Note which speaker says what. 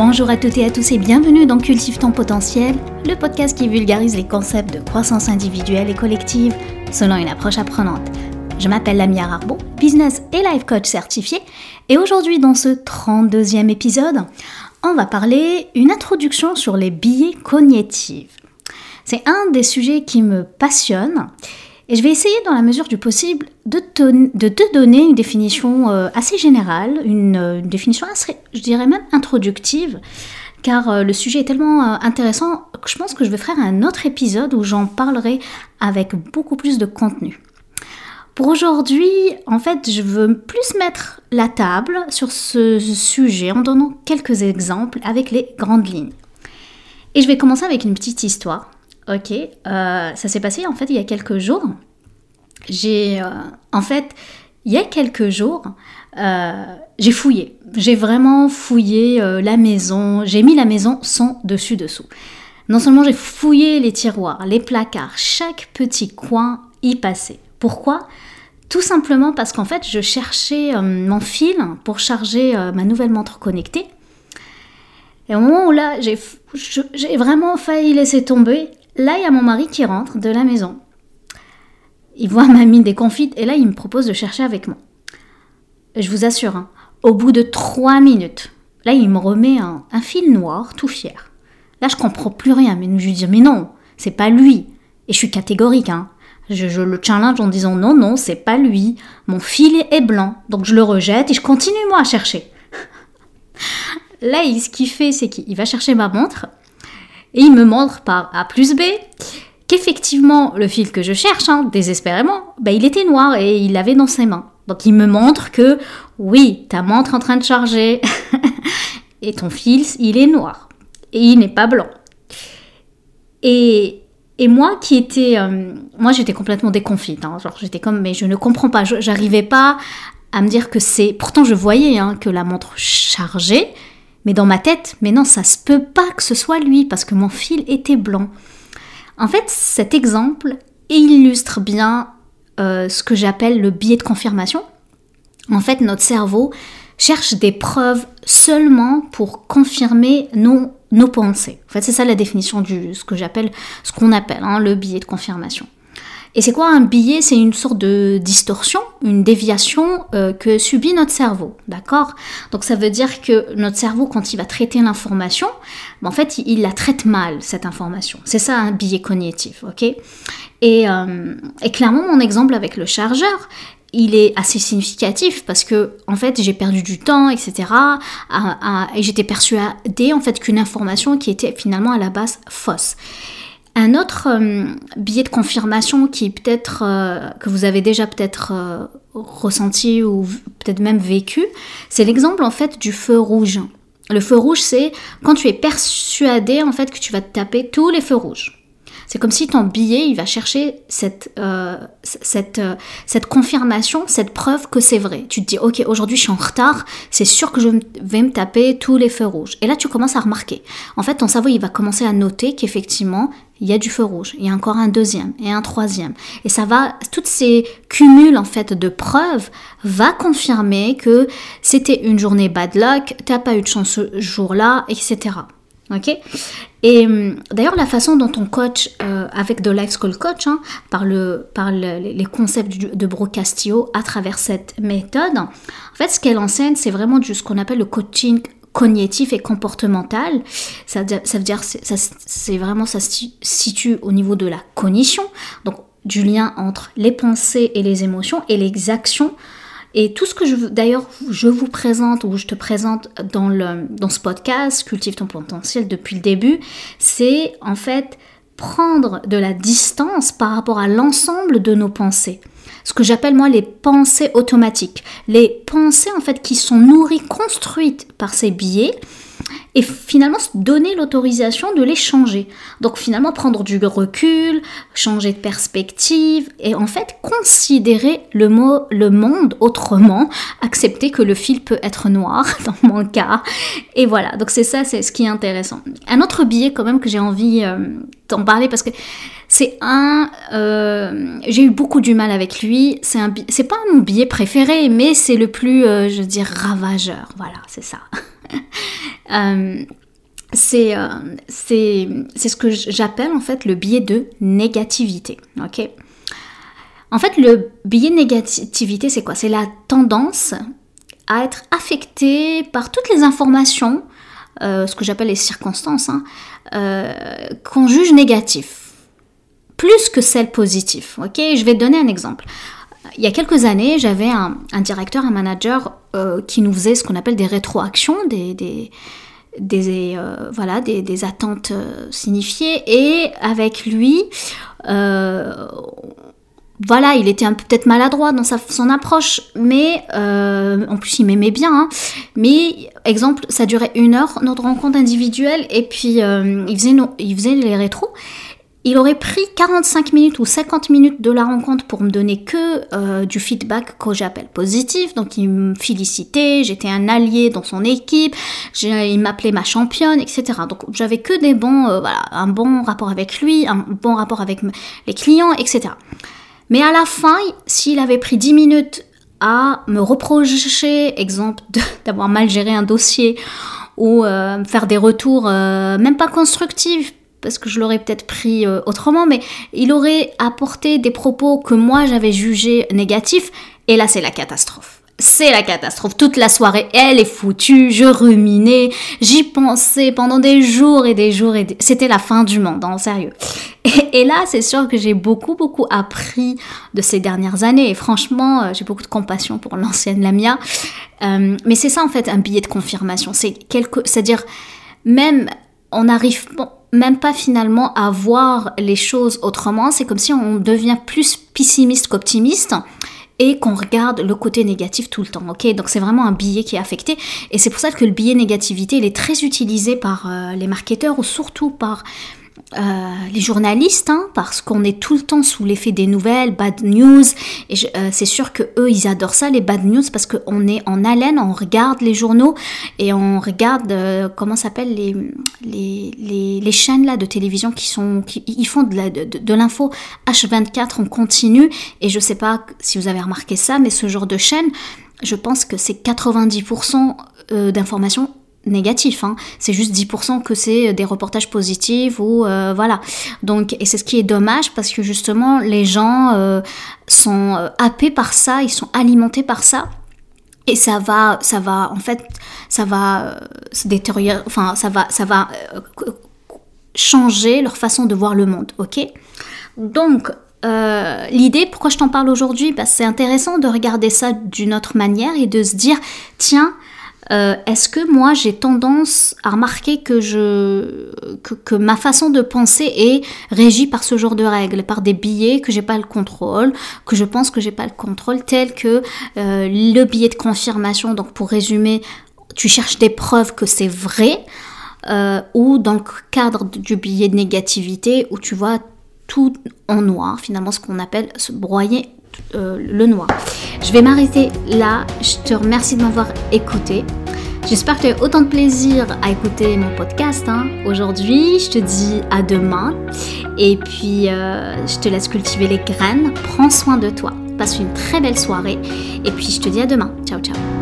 Speaker 1: Bonjour à toutes et à tous et bienvenue dans Cultive ton potentiel, le podcast qui vulgarise les concepts de croissance individuelle et collective selon une approche apprenante. Je m'appelle Lamia Rarbo, business et life coach certifiée, et aujourd'hui dans ce 32e épisode, on va parler une introduction sur les biais cognitifs. C'est un des sujets qui me passionne et je vais essayer dans la mesure du possible de te donner une définition assez générale, une définition assez, je dirais même introductive, car le sujet est tellement intéressant que je pense que je vais faire un autre épisode où j'en parlerai avec beaucoup plus de contenu. Pour aujourd'hui, en fait, je veux plus mettre la table sur ce sujet en donnant quelques exemples avec les grandes lignes. Et je vais commencer avec une petite histoire. Ok, ça s'est passé en fait il y a quelques jours. Il y a quelques jours, j'ai fouillé. J'ai vraiment fouillé la maison. J'ai mis la maison sans dessus-dessous. Non seulement j'ai fouillé les tiroirs, les placards, chaque petit coin y passait. Pourquoi ? Tout simplement parce qu'en fait, je cherchais mon fil pour charger ma nouvelle montre connectée. Et au moment où là, j'ai vraiment failli laisser tomber, là, il y a mon mari qui rentre de la maison. Il voit ma mine déconfite et là, il me propose de chercher avec moi. Et je vous assure, au bout de 3 minutes, là, il me remet un fil noir, tout fier. Là, je comprends plus rien, mais je lui dis, mais non, c'est pas lui. Et je suis catégorique, Je le challenge en disant, non, c'est pas lui. Mon fil est blanc, donc je le rejette et je continue, moi, à chercher. Là, ce qu'il fait, c'est qu'il va chercher ma montre et il me montre par A plus B qu'effectivement, le fil que je cherche, désespérément, il était noir et il l'avait dans ses mains. Donc, il me montre que, oui, ta montre est en train de charger et ton fil, il est noir et il n'est pas blanc. Et moi qui étais... moi, j'étais complètement déconfite. J'étais comme, mais je ne comprends pas. J'arrivais pas à me dire que c'est... Pourtant, je voyais que la montre chargeait, mais dans ma tête, mais non, ça se peut pas que ce soit lui, parce que mon fil était blanc. En fait, cet exemple illustre bien ce que j'appelle le biais de confirmation. En fait, notre cerveau cherche des preuves seulement pour confirmer nos pensées. En fait, c'est ça la définition ce qu'on appelle le biais de confirmation. Et c'est quoi un biais ? C'est une sorte de distorsion, une déviation que subit notre cerveau, d'accord ? Donc ça veut dire que notre cerveau, quand il va traiter l'information, en fait, il la traite mal, cette information. C'est ça un biais cognitif, ok ? Et clairement, mon exemple avec le chargeur, il est assez significatif parce que, en fait, j'ai perdu du temps, etc. Et j'étais persuadée, en fait, qu'une information qui était finalement à la base fausse. Un autre biais de confirmation qui peut-être que vous avez déjà peut-être ressenti ou peut-être même vécu, c'est l'exemple en fait du feu rouge. Le feu rouge, c'est quand tu es persuadé en fait que tu vas te taper tous les feux rouges. C'est comme si ton biais, il va chercher cette confirmation, cette preuve que c'est vrai. Tu te dis, ok, aujourd'hui je suis en retard, c'est sûr que je vais me taper tous les feux rouges. Et là, tu commences à remarquer. En fait, ton cerveau, il va commencer à noter qu'effectivement, il y a du feu rouge. Il y a encore un deuxième et un troisième. Et ça va, toutes ces cumuls en fait de preuves va confirmer que c'était une journée bad luck, t'as pas eu de chance ce jour-là, etc. Ok ? Et d'ailleurs, la façon dont on coach avec The Life School Coach, par les concepts de Brooke Castillo à travers cette méthode, en fait, ce qu'elle enseigne, c'est vraiment ce qu'on appelle le coaching cognitif et comportemental. Ça veut dire ça se situe au niveau de la cognition, donc du lien entre les pensées et les émotions et les actions. Et tout ce que je vous présente ou je te présente dans ce podcast, Cultive ton potentiel depuis le début, c'est en fait prendre de la distance par rapport à l'ensemble de nos pensées. Ce que j'appelle moi les pensées automatiques. Les pensées en fait qui sont nourries, construites par ces biais et finalement se donner l'autorisation de les changer. Donc finalement prendre du recul, changer de perspective et en fait considérer le monde autrement, accepter que le fil peut être noir dans mon cas. Et voilà, donc c'est ce qui est intéressant. Un autre biais quand même que j'ai envie d'en parler parce que c'est j'ai eu beaucoup du mal avec lui, c'est pas mon biais préféré mais c'est le plus, ravageur, voilà, c'est ça. C'est ce que j'appelle en fait le biais de négativité. Ok. En fait, le biais de négativité, c'est quoi? C'est la tendance à être affecté par toutes les informations, ce que j'appelle les circonstances, qu'on juge négatives, plus que celles positives. Ok, je vais te donner un exemple. Il y a quelques années, j'avais un directeur, un manager qui nous faisait ce qu'on appelle des rétroactions, des attentes signifiées, et avec lui, il était peut-être maladroit dans son approche, mais en plus il m'aimait bien. Mais exemple, ça durait 1 heure notre rencontre individuelle, et puis il faisait les rétros. Il aurait pris 45 minutes ou 50 minutes de la rencontre pour me donner que du feedback que j'appelle positif. Donc il me félicitait, j'étais un allié dans son équipe, il m'appelait ma championne, etc. Donc j'avais que des un bon rapport avec lui, un bon rapport avec les clients, etc. Mais à la fin, s'il avait pris 10 minutes à me reprocher, exemple, d'avoir mal géré un dossier, ou faire des retours même pas constructifs, parce que je l'aurais peut-être pris autrement, mais il aurait apporté des propos que moi j'avais jugés négatifs, et là c'est la catastrophe. C'est la catastrophe. Toute la soirée, elle est foutue, je ruminais, j'y pensais pendant des jours et des jours, c'était la fin du monde, sérieux. Et là, c'est sûr que j'ai beaucoup appris de ces dernières années, et franchement, j'ai beaucoup de compassion pour l'ancienne Lamia. Mais c'est ça en fait, un biais de confirmation. C'est-à-dire, même, on n'arrive même pas finalement à voir les choses autrement. C'est comme si on devient plus pessimiste qu'optimiste, et qu'on regarde le côté négatif tout le temps, ok? Donc c'est vraiment un biais qui est affecté, et c'est pour ça que le biais négativité, il est très utilisé par les marketeurs, ou surtout par les journalistes, parce qu'on est tout le temps sous l'effet des nouvelles, bad news, et c'est sûr que eux ils adorent ça, les bad news, parce qu'on est en haleine, on regarde les journaux, et on regarde comment s'appellent les chaînes là de télévision ils font de l'info H24 en continu, et je sais pas si vous avez remarqué ça, mais ce genre de chaîne, je pense que c'est 90% d'informations négatif, c'est juste 10% que c'est des reportages positifs, ou voilà. Donc, et c'est ce qui est dommage, parce que justement les gens sont happés par ça, ils sont alimentés par ça, et ça va se détériorer, enfin ça va changer leur façon de voir le monde, ok? Donc l'idée, pourquoi je t'en parle aujourd'hui, c'est intéressant de regarder ça d'une autre manière, et de se dire, tiens, est-ce que moi j'ai tendance à remarquer que ma façon de penser est régie par ce genre de règles, par des biais que j'ai pas le contrôle, que je pense que j'ai pas le contrôle, tel que le biais de confirmation. Donc pour résumer, tu cherches des preuves que c'est vrai, ou dans le cadre du biais de négativité, où tu vois tout en noir, finalement ce qu'on appelle se broyer le noir. Je vais m'arrêter là. Je te remercie de m'avoir écouté. J'espère que tu as eu autant de plaisir à écouter mon podcast aujourd'hui. Je te dis à demain, et puis je te laisse cultiver les graines. Prends soin de toi, passe une très belle soirée, et puis je te dis à demain. Ciao ciao.